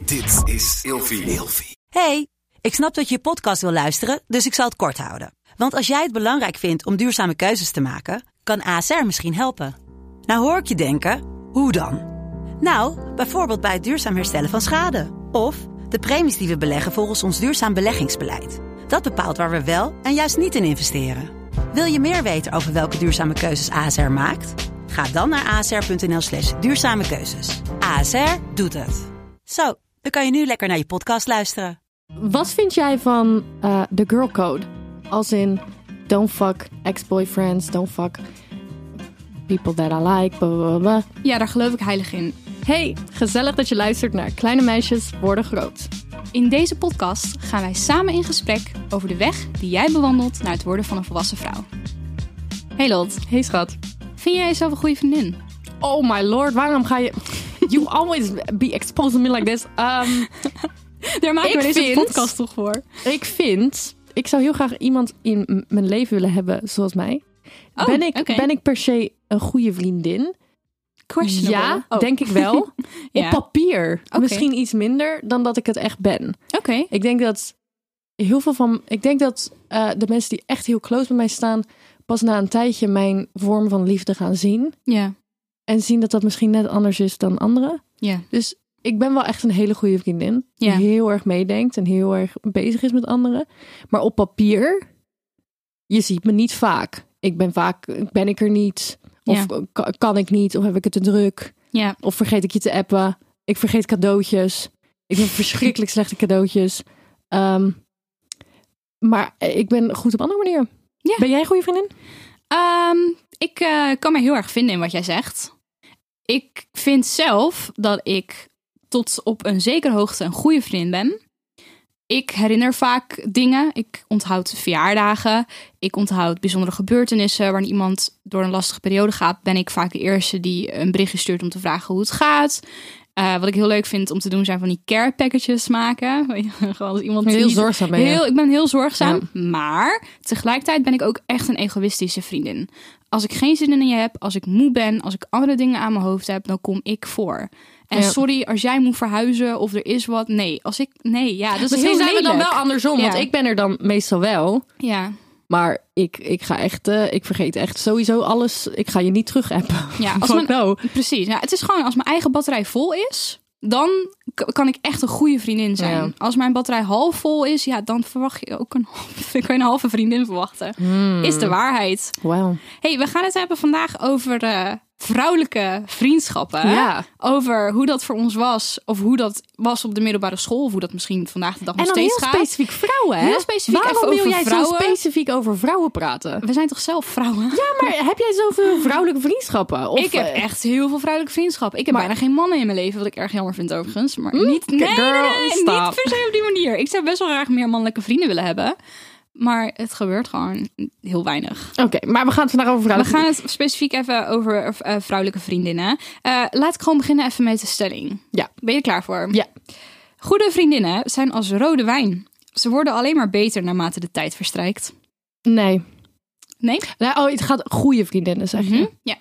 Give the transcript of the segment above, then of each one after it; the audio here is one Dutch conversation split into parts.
Dit is Ilfie. Hey, ik snap dat je je podcast wil luisteren, dus ik zal het kort houden. Want als jij het belangrijk vindt om duurzame keuzes te maken, kan ASR misschien helpen. Nou hoor ik je denken, hoe dan? Nou, bijvoorbeeld bij het duurzaam herstellen van schade. Of de premies die we beleggen volgens ons duurzaam beleggingsbeleid. Dat bepaalt waar we wel en juist niet in investeren. Wil je meer weten over welke duurzame keuzes ASR maakt? Ga dan naar asr.nl/duurzame keuzes. ASR doet het. Zo, dan kan je nu lekker naar je podcast luisteren. Wat vind jij van de girl code? Als in, don't fuck ex-boyfriends, don't fuck people that I like, blah, blah, blah. Ja, daar geloof ik heilig in. Hey, gezellig dat je luistert naar Kleine Meisjes Worden Groot. In deze podcast gaan wij samen in gesprek over de weg die jij bewandelt naar het worden van een volwassen vrouw. Hey Lot, Hey schat. vind jij jezelf een goede vriendin? Oh my lord, waarom ga je... You always be exposing me like this. Daar maken we deze podcast toch voor? Ik zou heel graag iemand in mijn leven willen hebben zoals mij. Oh, Ben ik per se een goede vriendin? Questionable. Ja, denk ik wel. Ja. Op papier. Oké. Misschien iets minder dan dat ik het echt ben. Oké. Ik denk dat de mensen die echt heel close bij mij staan, pas na een tijdje mijn vorm van liefde gaan zien. Ja. En zien dat dat misschien net anders is dan anderen. Ja. Dus ik ben wel echt een hele goede vriendin. Ja. Die heel erg meedenkt en heel erg bezig is met anderen. Maar op papier, je ziet me niet vaak. Ben ik er niet. Of kan ik niet. Of heb ik het te druk. Ja. Of vergeet ik je te appen. Ik vergeet cadeautjes. Ik ben verschrikkelijk slechte cadeautjes. Maar ik ben goed op andere manieren. Ja. Ben jij een goede vriendin? Ik kan me heel erg vinden in wat jij zegt. Ik vind zelf dat ik tot op een zekere hoogte een goede vriendin ben. Ik herinner vaak dingen. Ik onthoud verjaardagen. Ik onthoud bijzondere gebeurtenissen. Wanneer iemand door een lastige periode gaat, ben ik vaak de eerste die een berichtje stuurt om te vragen hoe het gaat. Wat ik heel leuk vind om te doen zijn van die care packages maken. Gewoon als iemand Heel zorgzaam ben je. Ik ben heel zorgzaam. Ja. Maar tegelijkertijd ben ik ook echt een egoïstische vriendin. Als ik geen zin in je heb, als ik moe ben, als ik andere dingen aan mijn hoofd heb, dan kom ik voor. En sorry, als jij moet verhuizen of er is wat. Nee, dat is Misschien heel zijn we dan lelijk. wel andersom. Want ik ben er dan meestal wel. Ja. Maar ik ga echt, ik vergeet echt sowieso alles. Ik ga je niet terug appen. Ja, precies. Ja, het is gewoon als mijn eigen batterij vol is, dan kan ik echt een goede vriendin zijn. Ja. Als mijn batterij half vol is, ja, dan verwacht je ook kan je een halve vriendin verwachten. Is de waarheid. Wauw. Hey, we gaan het hebben vandaag over vrouwelijke vriendschappen. Ja. Over hoe dat voor ons was. Of hoe dat was op de middelbare school. Of hoe dat misschien vandaag de dag nog En dan steeds heel gaat. specifiek vrouwen, hè? Heel specifiek Waarom even wil over jij vrouwen? zo specifiek over vrouwen praten? We zijn toch zelf vrouwen? Ja, maar heb jij zoveel vrouwelijke vriendschappen? Of, Ik heb echt heel veel vrouwelijke vriendschappen. Ik heb bijna geen mannen in mijn leven, wat ik erg jammer vind overigens. Maar niet, girl, niet stop. per se op die manier. Ik zou best wel graag meer mannelijke vrienden willen hebben. Maar het gebeurt gewoon heel weinig. Oké, maar we gaan het vandaag over We vrouwelijke gaan het specifiek even over vrouwelijke vriendinnen. Laat ik gewoon beginnen even met de stelling. Ja. Ben je er klaar voor? Ja. Goede vriendinnen zijn als rode wijn. Ze worden alleen maar beter naarmate de tijd verstrijkt. Nee. Nee? Nou, het gaat goede vriendinnen, zeg je? Ja.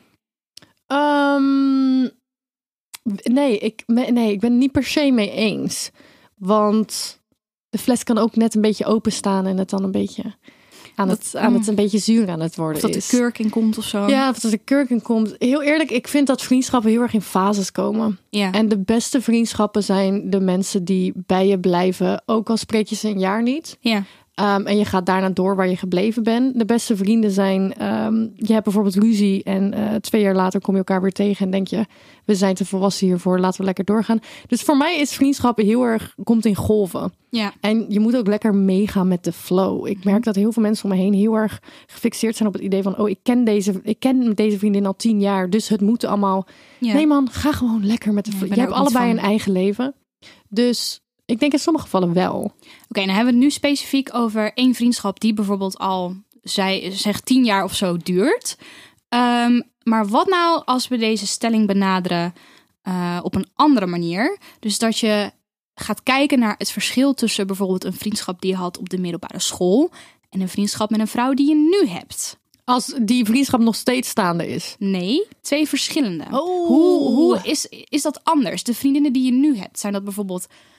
Nee, ik ben het niet per se mee eens. Want de fles kan ook net een beetje openstaan en het dan een beetje een beetje zuur aan het worden Of dat is. de kurk in komt of zo. Ja, of dat de kurk in komt. Heel eerlijk, ik vind dat vriendschappen heel erg in fases komen. Ja. En de beste vriendschappen zijn de mensen die bij je blijven, ook al spreek je ze een jaar niet. Ja. En je gaat daarna door waar je gebleven bent. De beste vrienden zijn, je hebt bijvoorbeeld ruzie en 2 jaar later kom je elkaar weer tegen en denk je, we zijn te volwassen hiervoor, laten we lekker doorgaan. Dus voor mij is vriendschap heel erg, komt in golven. Ja. En je moet ook lekker meegaan met de flow. Ik merk dat heel veel mensen om me heen heel erg gefixeerd zijn op het idee van, ik ken deze vriendin al 10 jaar, dus het moet allemaal. Ja. Nee man, ga gewoon lekker met de flow. Je hebt allebei een eigen leven. Dus ik denk in sommige gevallen wel. Oké, dan hebben we het nu specifiek over één vriendschap die bijvoorbeeld al, zeg 10 jaar of zo duurt. Maar wat nou als we deze stelling benaderen op een andere manier? Dus dat je gaat kijken naar het verschil tussen bijvoorbeeld een vriendschap die je had op de middelbare school en een vriendschap met een vrouw die je nu hebt. Als die vriendschap nog steeds staande is. Nee, 2 verschillende. Oh. Hoe is dat anders? De vriendinnen die je nu hebt, zijn dat bijvoorbeeld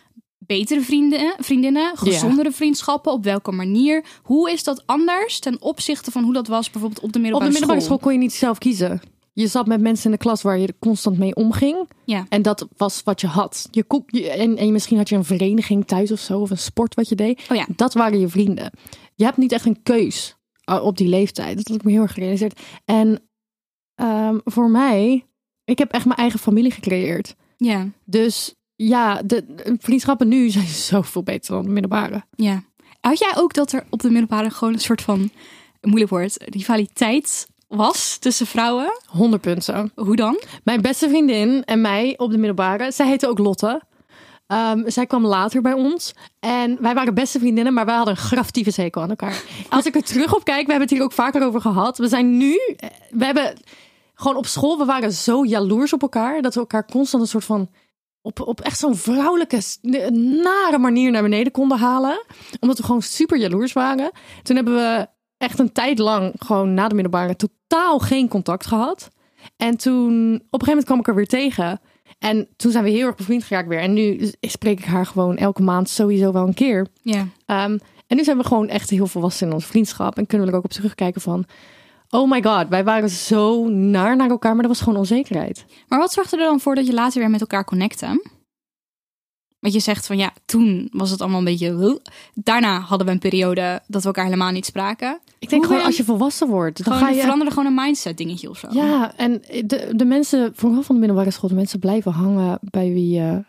betere vriendinnen, gezondere vriendschappen? Op welke manier? Hoe is dat anders ten opzichte van hoe dat was bijvoorbeeld op de middelbare school? Op de middelbare school kon je niet zelf kiezen. Je zat met mensen in de klas waar je constant mee omging. Ja. En dat was wat je had. En misschien had je een vereniging thuis of zo. Of een sport wat je deed. Oh ja. Dat waren je vrienden. Je hebt niet echt een keus op die leeftijd. Dat had ik me heel erg gerealiseerd. En voor mij... Ik heb echt mijn eigen familie gecreëerd. Ja. Dus ja, de vriendschappen nu zijn zoveel beter dan de middelbare. Ja. Had jij ook dat er op de middelbare gewoon een soort van, moeilijk woord, rivaliteit was tussen vrouwen? 100 punten. Hoe dan? Mijn beste vriendin en mij op de middelbare, zij heette ook Lotte. Zij kwam later bij ons. En wij waren beste vriendinnen, maar wij hadden een graftieve hekel aan elkaar. Als ik er terug op kijk, we hebben het hier ook vaker over gehad. We hebben gewoon op school, we waren zo jaloers op elkaar, dat we elkaar constant een soort van op echt zo'n vrouwelijke, nare manier naar beneden konden halen. Omdat we gewoon super jaloers waren. Toen hebben we echt een tijd lang gewoon na de middelbare totaal geen contact gehad. En toen, op een gegeven moment kwam ik er weer tegen. En toen zijn we heel erg bevriend geraakt weer. En nu spreek ik haar gewoon elke maand sowieso wel een keer. Ja. En nu zijn we gewoon echt heel volwassen in onze vriendschap. En kunnen we er ook op terugkijken van, oh my god, wij waren zo naar elkaar, maar dat was gewoon onzekerheid. Maar wat zorgde er dan voor dat je later weer met elkaar connecten? Want je zegt van ja, toen was het allemaal een beetje... Daarna hadden we een periode dat we elkaar helemaal niet spraken. Ik denk gewoon als je volwassen wordt, dan ga je... veranderde gewoon een mindset dingetje of zo. Ja, en de mensen, vooral van de middelbare school, de mensen blijven hangen bij wie je...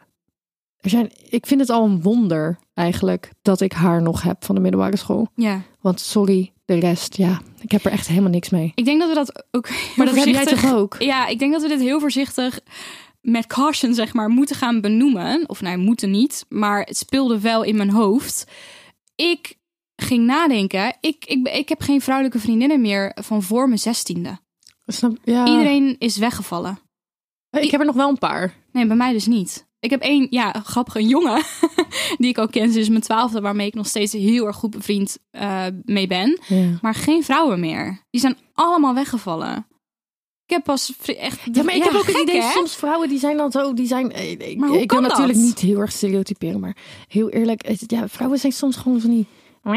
Ik vind het al een wonder eigenlijk dat ik haar nog heb van de middelbare school. Ja. Want sorry, de rest, ja, ik heb er echt helemaal niks mee. Ik denk dat we dat ook maar dat heb jij toch ook? Ja, ik denk dat we dit heel voorzichtig met caution, zeg maar, moeten gaan benoemen. Of nee, moeten niet, maar het speelde wel in mijn hoofd. Ik ging nadenken. Ik heb geen vrouwelijke vriendinnen meer van voor mijn 16e. Ja. Iedereen is weggevallen. Ik heb er nog wel een paar. Nee, bij mij dus niet. Ik heb één, grappig, een jongen die ik ook ken sinds mijn 12e, waarmee ik nog steeds heel erg goed bevriend mee ben. Ja. Maar geen vrouwen meer. Die zijn allemaal weggevallen. Ik heb pas echt... Ja, maar ik heb ook het idee, soms vrouwen die zijn dan zo, die zijn... Ik wil natuurlijk niet heel erg stereotyperen, maar heel eerlijk, ja, vrouwen zijn soms gewoon zo niet...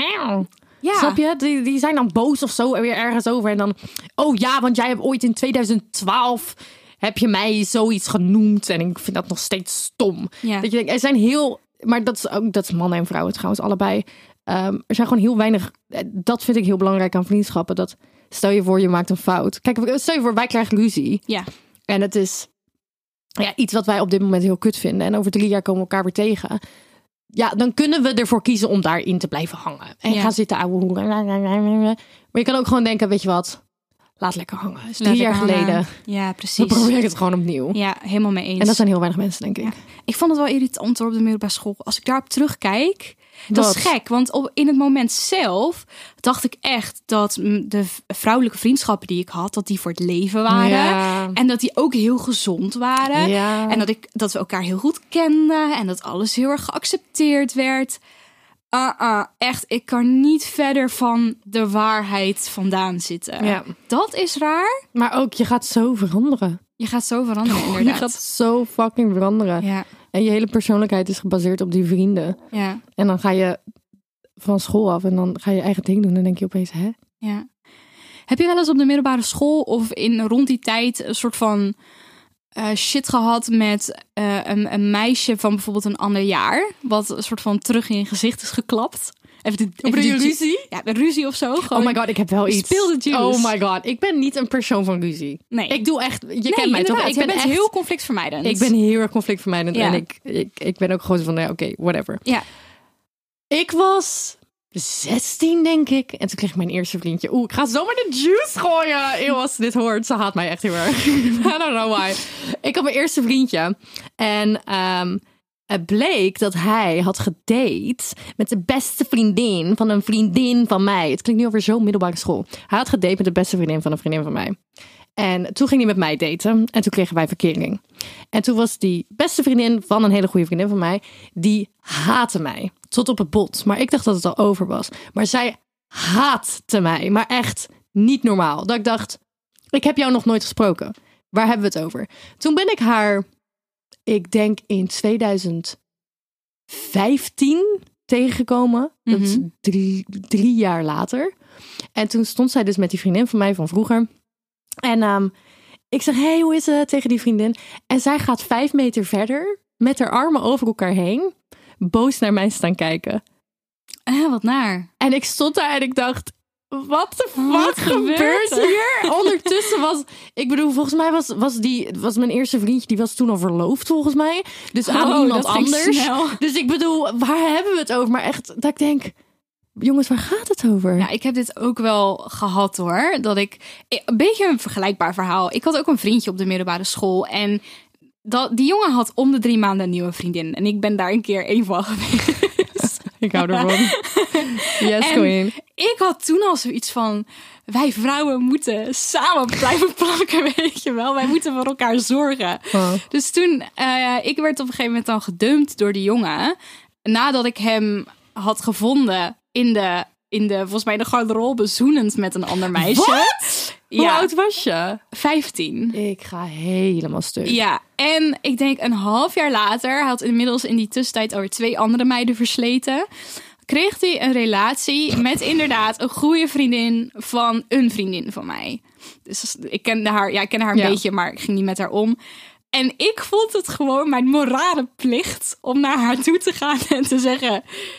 Ja. Snap je? Die zijn dan boos of zo weer ergens over en dan... Oh ja, want jij hebt ooit in 2012... heb je mij zoiets genoemd en ik vind dat nog steeds stom. Ja. Dat je denkt, er zijn heel... Maar dat is mannen en vrouwen trouwens, allebei. Er zijn gewoon heel weinig... Dat vind ik heel belangrijk aan vriendschappen. Dat stel je voor, je maakt een fout. Kijk, stel je voor, wij krijgen ruzie. Ja. En het is iets wat wij op dit moment heel kut vinden. En over 3 jaar komen we elkaar weer tegen. Ja, dan kunnen we ervoor kiezen om daarin te blijven hangen. En gaan zitten ouwe hoeren. Maar je kan ook gewoon denken, weet je wat... Laat lekker hangen. Het is 3 jaar geleden. Ja, precies. We proberen het gewoon opnieuw. Ja, helemaal mee eens. En dat zijn heel weinig mensen, denk ik. Ja. Ik vond het wel irritant op de middelbare school. Als ik daarop terugkijk, dat is gek. Want in het moment zelf dacht ik echt dat de vrouwelijke vriendschappen die ik had, dat die voor het leven waren. Ja. En dat die ook heel gezond waren. Ja. En dat we elkaar heel goed kenden. En dat alles heel erg geaccepteerd werd. Echt, ik kan niet verder van de waarheid vandaan zitten. Ja. Dat is raar. Maar ook, je gaat zo veranderen. Je gaat zo veranderen, inderdaad. Je gaat zo fucking veranderen. Ja. En je hele persoonlijkheid is gebaseerd op die vrienden. Ja. En dan ga je van school af en dan ga je eigen ding doen. En dan denk je opeens, hè? Ja. Heb je wel eens op de middelbare school of rond die tijd een soort van... shit gehad met een meisje van bijvoorbeeld een ander jaar. Wat een soort van terug in je gezicht is geklapt. Even de ruzie? Ja, de ruzie of zo. Gewoon, oh my god, ik heb wel iets. Speelde juice. Oh my god, ik ben niet een persoon van ruzie. Nee. Ik doe echt, je kent mij toch? Ik ben echt heel conflictvermijdend. Ik ben heel erg conflictvermijdend. Ja. En ik ben ook gewoon zo van, oké, whatever. Ja. Ik was 16, denk ik. En toen kreeg ik mijn eerste vriendje. Ik ga zomaar de juice gooien. Eeuw, als ze dit hoort, ze haat mij echt heel erg. I don't know why. Ik had mijn eerste vriendje. En het bleek dat hij had gedate met de beste vriendin van een vriendin van mij. Het klinkt nu over zo'n middelbare school. Hij had gedate met de beste vriendin van een vriendin van mij. En toen ging hij met mij daten. En toen kregen wij verkering. En toen was die beste vriendin van een hele goede vriendin van mij. Die haatte mij. Tot op het bot. Maar ik dacht dat het al over was. Maar zij haatte mij. Maar echt niet normaal. Dat ik dacht, ik heb jou nog nooit gesproken. Waar hebben we het over? Toen ben ik haar, ik denk in 2012 15 tegengekomen. Dat is 3 jaar later. En toen stond zij dus met die vriendin van mij van vroeger. En ik zeg, hey, hoe is het tegen die vriendin? En zij gaat 5 meter verder met haar armen over elkaar heen, boos naar mij staan kijken. Wat naar. En ik stond daar en ik dacht, wat de fuck gebeurt hier? Ondertussen volgens mij was mijn eerste vriendje, die was toen al verloofd volgens mij. Dus aan iemand anders. Dus ik bedoel, waar hebben we het over? Maar echt, dat ik denk, jongens, waar gaat het over? Ja, ik heb dit ook wel gehad hoor. Dat ik een beetje een vergelijkbaar verhaal. Ik had ook een vriendje op de middelbare school. En die jongen had om de 3 maanden een nieuwe vriendin. En ik ben daar een keer één van geweest. Ik hou ervan. Yes, queen. Ik had toen al zoiets van, wij vrouwen moeten samen blijven plakken, weet je wel. Wij moeten voor elkaar zorgen. Oh. Dus toen, ik werd op een gegeven moment dan gedumpt door die jongen. Nadat ik hem had gevonden in de volgens mij de garderobe zoenend met een ander meisje. Wat? Hoe oud was je? 15. Ik ga helemaal stuk. Ja, en ik denk een half jaar later, hij had inmiddels in die tussentijd alweer 2 andere meiden versleten, kreeg hij een relatie met inderdaad een goede vriendin van een vriendin van mij. Dus ik kende haar, een beetje, maar ik ging niet met haar om. En ik vond het gewoon mijn morale plicht om naar haar toe te gaan en te zeggen,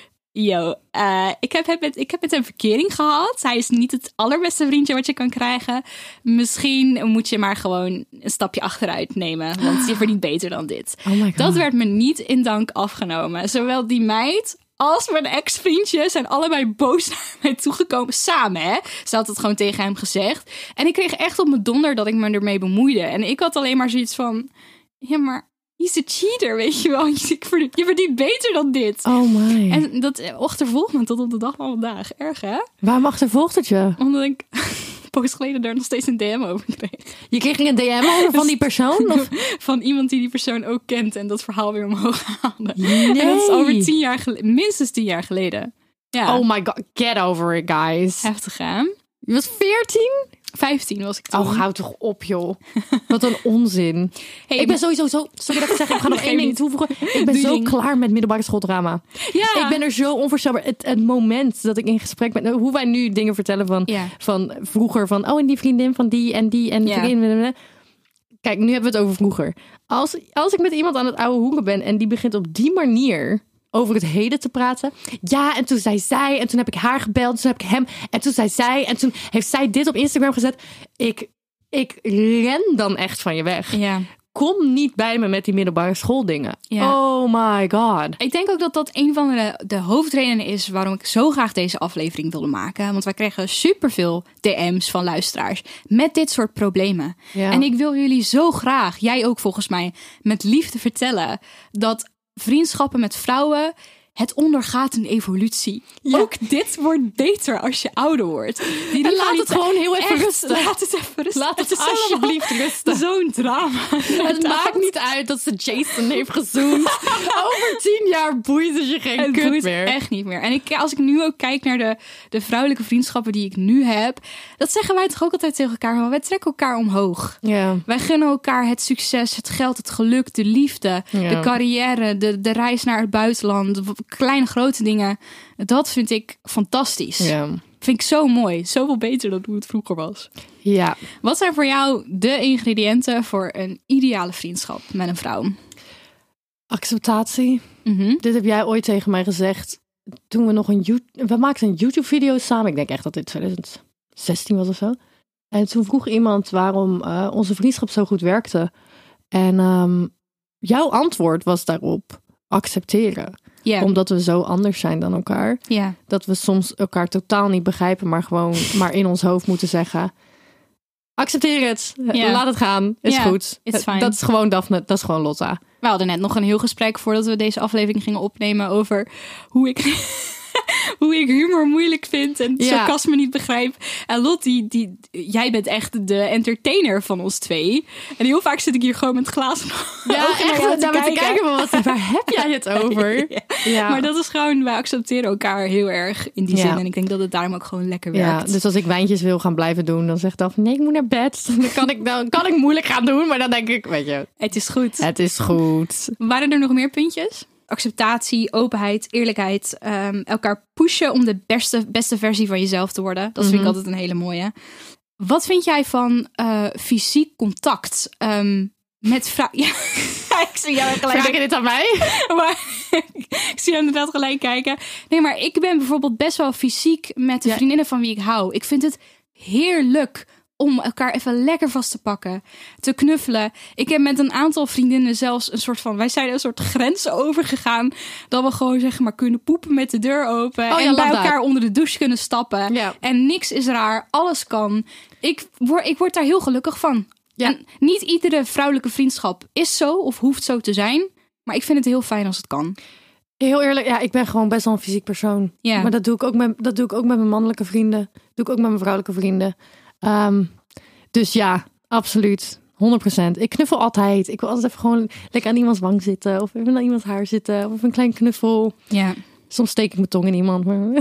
yo, ik heb met hem verkering gehad. Hij is niet het allerbeste vriendje wat je kan krijgen. Misschien moet je maar gewoon een stapje achteruit nemen. Want je verdient beter dan dit. Oh my God. Dat werd me niet in dank afgenomen. Zowel die meid als mijn ex-vriendje zijn allebei boos naar mij toegekomen. Samen, hè. Ze had het gewoon tegen hem gezegd. En ik kreeg echt op mijn donder dat ik me ermee bemoeide. En ik had alleen maar zoiets van, ja, maar he's a cheater, weet je wel. Je verdient beter dan dit. Oh my. En dat achtervolgt me tot op de dag van vandaag. Erg, hè? Waarom achtervolgt het je? Omdat ik een poos geleden daar nog steeds een DM over kreeg. Je kreeg een DM over van die persoon? Of? Van iemand die persoon ook kent en dat verhaal weer omhoog haalde. Nee. En dat is over 10 jaar geleden, minstens 10 jaar geleden. Ja. Oh my God, get over it, guys. Heftig, hè? Je was 14? 15 was ik toen. Oh, houd toch op, joh. Wat een onzin. Hey, ik ben sowieso zo... Sorry dat ik zeg, ik ga nog één ding toevoegen. Ik ben zo klaar met middelbare schooldrama. Ja. Ik ben er zo onvoorstelbaar. Het moment dat ik in gesprek ben... Hoe wij nu dingen vertellen van vroeger. Van, en die vriendin van die en die en vriendin. Kijk, nu hebben we het over vroeger. Als ik met iemand aan het ouwe hoeken ben... en die begint op die manier over het heden te praten. Ja, en toen zei zij, en toen heb ik haar gebeld, toen heb ik hem, en toen zei zij, en toen heeft zij dit op Instagram gezet. Ik ren dan echt van je weg. Ja. Kom niet bij me met die middelbare schooldingen. Ja. Oh my God. Ik denk ook dat dat een van de hoofdredenen is waarom ik zo graag deze aflevering wilde maken. Want wij kregen superveel DM's van luisteraars met dit soort problemen. Ja. En ik wil jullie zo graag, jij ook volgens mij, met liefde vertellen dat vriendschappen met vrouwen, het ondergaat een evolutie. Ja. Ook dit wordt beter als je ouder wordt. En laat het gewoon heel even rusten. Laat het even rusten. Laat het alsjeblieft rusten. Zo'n drama. Het maakt niet uit dat ze Jason heeft gezoend. Over 10 jaar boeit het je geen kut meer. Echt niet meer. En als ik nu ook kijk naar de vrouwelijke vriendschappen die ik nu heb, dat zeggen wij toch ook altijd tegen elkaar. Maar wij trekken elkaar omhoog. Ja. Wij gunnen elkaar het succes, het geld, het geluk, de liefde, de carrière, de reis naar het buitenland, kleine grote dingen. Dat vind ik fantastisch. Ja. Vind ik zo mooi. Zoveel beter dan hoe het vroeger was. Ja. Wat zijn voor jou de ingrediënten voor een ideale vriendschap met een vrouw? Acceptatie. Mm-hmm. Dit heb jij ooit tegen mij gezegd. Toen we maakten een YouTube-video samen. Ik denk echt dat dit 2016 was of zo. En toen vroeg iemand waarom onze vriendschap zo goed werkte. En jouw antwoord was daarop accepteren. Yeah. Omdat we zo anders zijn dan elkaar. Yeah. Dat we soms elkaar totaal niet begrijpen, maar gewoon maar in ons hoofd moeten zeggen: accepteer het, laat het gaan, is goed. Dat is gewoon Daphne, dat is gewoon Lotta. We hadden net nog een heel gesprek voordat we deze aflevering gingen opnemen over hoe ik humor moeilijk vind en sarcasme niet begrijp. En Lot, jij bent echt de entertainer van ons twee. En heel vaak zit ik hier gewoon met glazen echt te kijken. Waar heb jij het over? Ja. Maar dat is gewoon, wij accepteren elkaar heel erg in die zin. En ik denk dat het daarom ook gewoon lekker werkt. Dus als ik wijntjes wil gaan blijven doen, dan zegt Daphne: nee, ik moet naar bed. Dan kan ik moeilijk gaan doen, maar dan denk ik, weet je, het is goed. Het is goed. Waren er nog meer puntjes? acceptatie, openheid, eerlijkheid. Elkaar pushen om de beste versie van jezelf te worden. Dat vind ik altijd een hele mooie. Wat vind jij van fysiek contact met vrouwen? Ja, ik zie jou gelijk. Vraag je dit aan mij? Maar ik zie jou inderdaad gelijk kijken. Nee, maar ik ben bijvoorbeeld best wel fysiek met de vriendinnen van wie ik hou. Ik vind het heerlijk om elkaar even lekker vast te pakken. Te knuffelen. Ik heb met een aantal vriendinnen zelfs een soort van... Wij zijn een soort grens overgegaan. Dat we gewoon zeg maar kunnen poepen met de deur open. En bij elkaar onder de douche kunnen stappen. Ja. En niks is raar. Alles kan. Ik word daar heel gelukkig van. Ja. En niet iedere vrouwelijke vriendschap is zo of hoeft zo te zijn. Maar ik vind het heel fijn als het kan. Heel eerlijk, ja, ik ben gewoon best wel een fysiek persoon. Ja. Maar dat doe ik ook met mijn mannelijke vrienden. Dat doe ik ook met mijn vrouwelijke vrienden. Dus ja, absoluut. 100%. Ik knuffel altijd. Ik wil altijd even gewoon lekker aan iemands wang zitten. Of even aan iemands haar zitten. Of een klein knuffel. Ja. Soms steek ik mijn tong in iemand. Maar...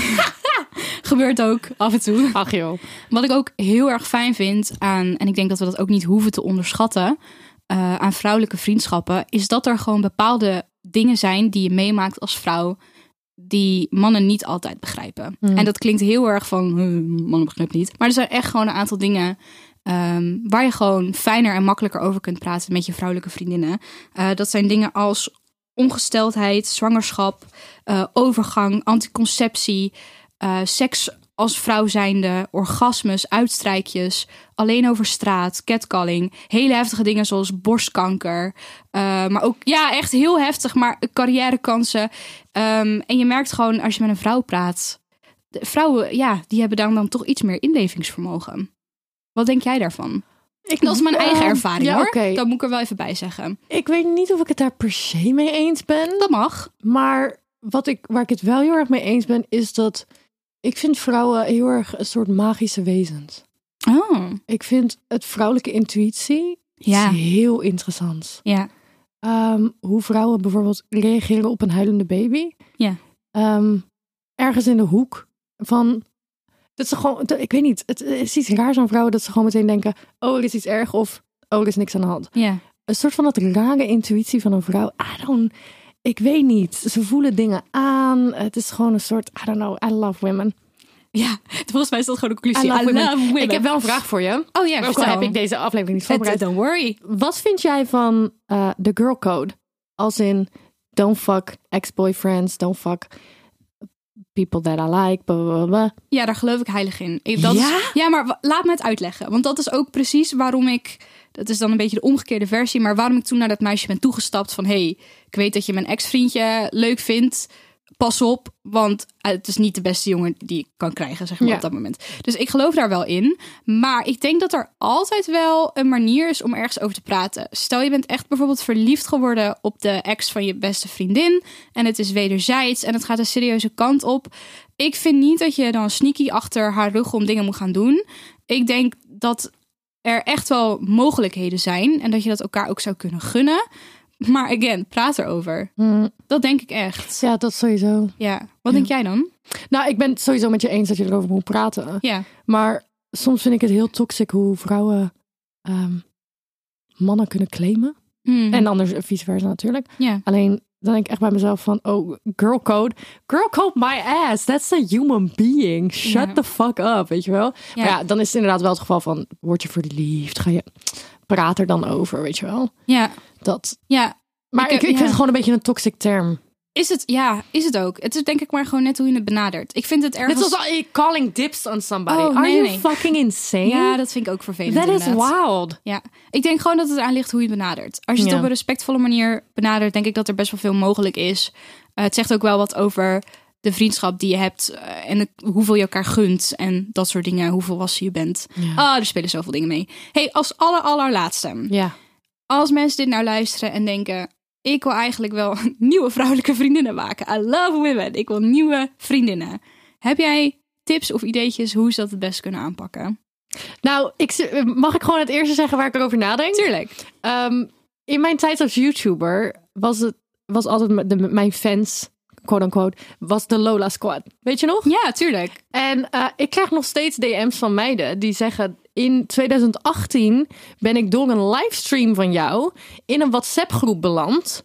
Gebeurt ook af en toe. Ach joh. Wat ik ook heel erg fijn vind aan... en ik denk dat we dat ook niet hoeven te onderschatten... aan vrouwelijke vriendschappen... is dat er gewoon bepaalde dingen zijn... die je meemaakt als vrouw... die mannen niet altijd begrijpen. En dat klinkt heel erg van... mannen begrijpen niet. Maar er zijn echt gewoon een aantal dingen... waar je gewoon fijner en makkelijker over kunt praten... met je vrouwelijke vriendinnen. Dat zijn dingen als ongesteldheid, zwangerschap... overgang, anticonceptie... seks als vrouw zijnde, orgasmes, uitstrijkjes... alleen over straat, catcalling... hele heftige dingen zoals borstkanker... maar ook, ja, echt heel heftig... maar carrièrekansen... en je merkt gewoon, als je met een vrouw praat... de vrouwen, ja, die hebben dan toch iets meer inlevingsvermogen. Wat denk jij daarvan? Dat is mijn eigen ervaring, hoor. Okay. Dat moet ik er wel even bij zeggen. Ik weet niet of ik het daar per se mee eens ben. Dat mag. Maar waar ik het wel heel erg mee eens ben... is dat ik vind vrouwen heel erg een soort magische wezens. Oh. Ik vind het vrouwelijke intuïtie heel interessant. Ja. Hoe vrouwen bijvoorbeeld reageren op een huilende baby. Ja. Ergens in de hoek van... Dat ze gewoon, ik weet niet, het is iets raars aan vrouwen dat ze gewoon meteen denken... oh, er is iets erg of oh, er is niks aan de hand. Ja. Een soort van dat rare intuïtie van een vrouw. Ik weet niet. Ze voelen dingen aan. Het is gewoon een soort, I don't know, I love women. Ja, volgens mij is dat gewoon de conclusie. I love women. Ik heb wel een vraag voor je. Oh ja, ook al heb ik deze aflevering niet voorbereid. Don't worry. Wat vind jij van de girl code? Als in, don't fuck ex-boyfriends, don't fuck... people that I like, blah, blah, blah. Ja, daar geloof ik heilig in. Ja, maar laat me het uitleggen. Want dat is ook precies waarom ik... Dat is dan een beetje de omgekeerde versie. Maar waarom ik toen naar dat meisje ben toegestapt van... hey, ik weet dat je mijn ex-vriendje leuk vindt. Pas op, want het is niet de beste jongen die ik kan krijgen, zeg maar, op dat moment. Dus ik geloof daar wel in. Maar ik denk dat er altijd wel een manier is om ergens over te praten. Stel, je bent echt bijvoorbeeld verliefd geworden op de ex van je beste vriendin. En het is wederzijds en het gaat een serieuze kant op. Ik vind niet dat je dan sneaky achter haar rug om dingen moet gaan doen. Ik denk dat er echt wel mogelijkheden zijn. En dat je dat elkaar ook zou kunnen gunnen. Maar again, praat erover. Dat denk ik echt. Ja, dat sowieso. Ja. Wat denk jij dan? Nou, ik ben het sowieso met je eens dat je erover moet praten. Ja. Maar soms vind ik het heel toxic hoe vrouwen mannen kunnen claimen. En anders vice versa natuurlijk. Ja. Alleen, dan denk ik echt bij mezelf van... oh, girl code my ass. That's a human being. Shut the fuck up, weet je wel? Ja. Maar ja, dan is het inderdaad wel het geval van... word je verliefd? Ga je... praat er dan over, weet je wel? Ja. Dat. Ja. Maar ik vind het gewoon een beetje een toxic term. Is het? Ja, is het ook. Het is denk ik maar gewoon net hoe je het benadert. Ik vind het ergens... Net zoals calling dibs on somebody. Are you fucking insane? Ja, dat vind ik ook vervelend. That is wild. Ja. Ik denk gewoon dat het aan ligt hoe je het benadert. Als je het op een respectvolle manier benadert, denk ik dat er best wel veel mogelijk is. Het zegt ook wel wat over de vriendschap die je hebt en hoeveel je elkaar gunt en dat soort dingen, hoe volwassen je bent. Ja. Er spelen zoveel dingen mee. Hey, als allerlaatste. Ja. Als mensen dit nou luisteren en denken, ik wil eigenlijk wel nieuwe vrouwelijke vriendinnen maken. I love women. Ik wil nieuwe vriendinnen. Heb jij tips of ideetjes hoe ze dat het best kunnen aanpakken? Nou, mag ik gewoon het eerste zeggen waar ik erover nadenk? Tuurlijk. In mijn tijd als YouTuber was altijd mijn fans, quote-unquote, was de Lola Squad. Weet je nog? Ja, tuurlijk. En ik krijg nog steeds DM's van meiden die zeggen... in 2018 ben ik door een livestream van jou in een WhatsApp-groep beland.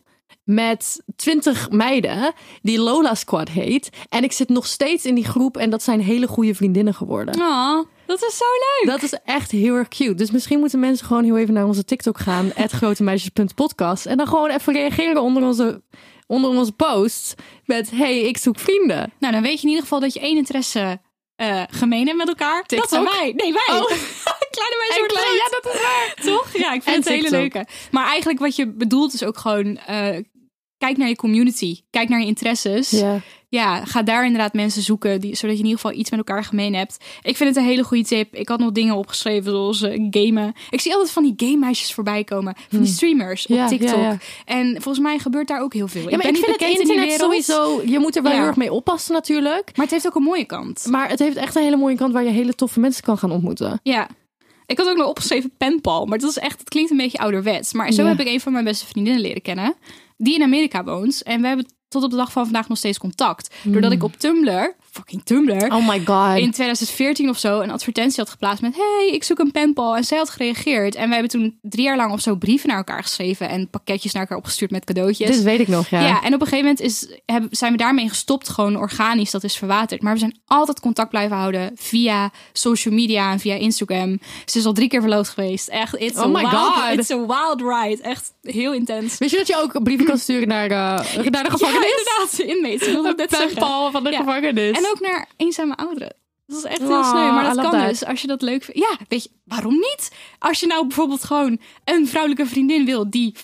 met 20 meiden die Lola Squad heet. En ik zit nog steeds in die groep en dat zijn hele goede vriendinnen geworden. Oh, dat is zo leuk. Dat is echt heel erg cute. Dus misschien moeten mensen gewoon heel even naar onze TikTok gaan. @grotemeisjes.podcast. En dan gewoon even reageren onder onze post. Met, hey, ik zoek vrienden. Nou, dan weet je in ieder geval dat je één interesse gemeen hebt met elkaar. TikTok? Dat zijn wij. Nee, wij. Oh. Kleine meisjes worden groot. Ja, dat is waar. Toch? Ja, ik vind het een hele TikTok. leuke. Maar eigenlijk wat je bedoelt is ook gewoon... kijk naar je community. Kijk naar je interesses. Ja. Ja, ga daar inderdaad mensen zoeken, zodat je in ieder geval iets met elkaar gemeen hebt. Ik vind het een hele goede tip. Ik had nog dingen opgeschreven zoals gamen. Ik zie altijd van die game meisjes voorbij komen. Van die streamers op TikTok. Ja. En volgens mij gebeurt daar ook heel veel. Ja, maar ik vind het internet sowieso... Je moet er wel heel erg mee oppassen natuurlijk. Maar het heeft ook een mooie kant. Maar het heeft echt een hele mooie kant waar je hele toffe mensen kan gaan ontmoeten. Ja. Ik had ook nog opgeschreven penpal. Maar het klinkt een beetje ouderwets. Maar zo heb ik een van mijn beste vriendinnen leren kennen. Die in Amerika woont. En we hebben tot op de dag van vandaag nog steeds contact. Doordat ik op Tumblr, fucking Tumblr, oh my god, in 2014 of zo een advertentie had geplaatst met hey, ik zoek een penpal. En zij had gereageerd. En we hebben toen 3 jaar lang of zo brieven naar elkaar geschreven en pakketjes naar elkaar opgestuurd met cadeautjes. Dit weet ik nog, ja. Ja, en op een gegeven moment zijn we daarmee gestopt, gewoon organisch, dat is verwaterd. Maar we zijn altijd contact blijven houden via social media en via Instagram. Ze is al 3 keer verloofd geweest. Echt, it's a wild ride. Echt heel intens. Wist je dat je ook brieven kan sturen naar de gevangenis? Ja, inderdaad, inmates. Een penpal van de gevangenis. En ook naar eenzame ouderen. Dat is echt heel sneu. Maar dat kan dus als je dat leuk vindt. Ja, weet je, waarom niet? Als je nou bijvoorbeeld gewoon een vrouwelijke vriendin wil die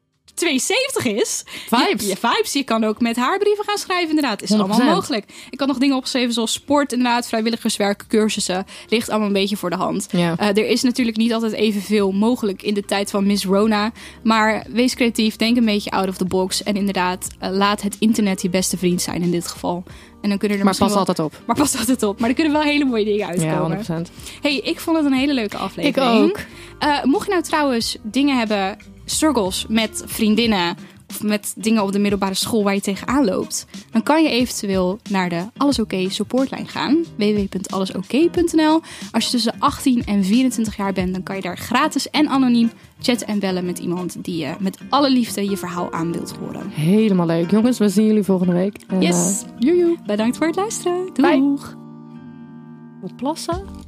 72 is. Vibes. Je kan ook met haar brieven gaan schrijven, inderdaad. Is allemaal mogelijk. Ik had nog dingen opgeschreven zoals sport, inderdaad, vrijwilligerswerk, cursussen. Ligt allemaal een beetje voor de hand. Ja. Er is natuurlijk niet altijd evenveel mogelijk in de tijd van Miss Rona. Maar wees creatief, denk een beetje out of the box. En inderdaad, laat het internet je beste vriend zijn in dit geval. En dan kunnen er altijd op. Maar pas altijd op. Maar er kunnen wel hele mooie dingen uitkomen. Ja, 100%. Hey, ik vond het een hele leuke aflevering. Ik ook. Mocht je nou trouwens dingen hebben, struggles met vriendinnen of met dingen op de middelbare school waar je tegenaan loopt, dan kan je eventueel naar de Alles Oké supportlijn gaan. www.allesoké.nl. Als je tussen 18 en 24 jaar bent, dan kan je daar gratis en anoniem chatten en bellen met iemand die met alle liefde je verhaal aan wilt horen. Helemaal leuk. Jongens, we zien jullie volgende week. En, yes. Joejoe. Bedankt voor het luisteren. Doeg. Bye. Moet plassen.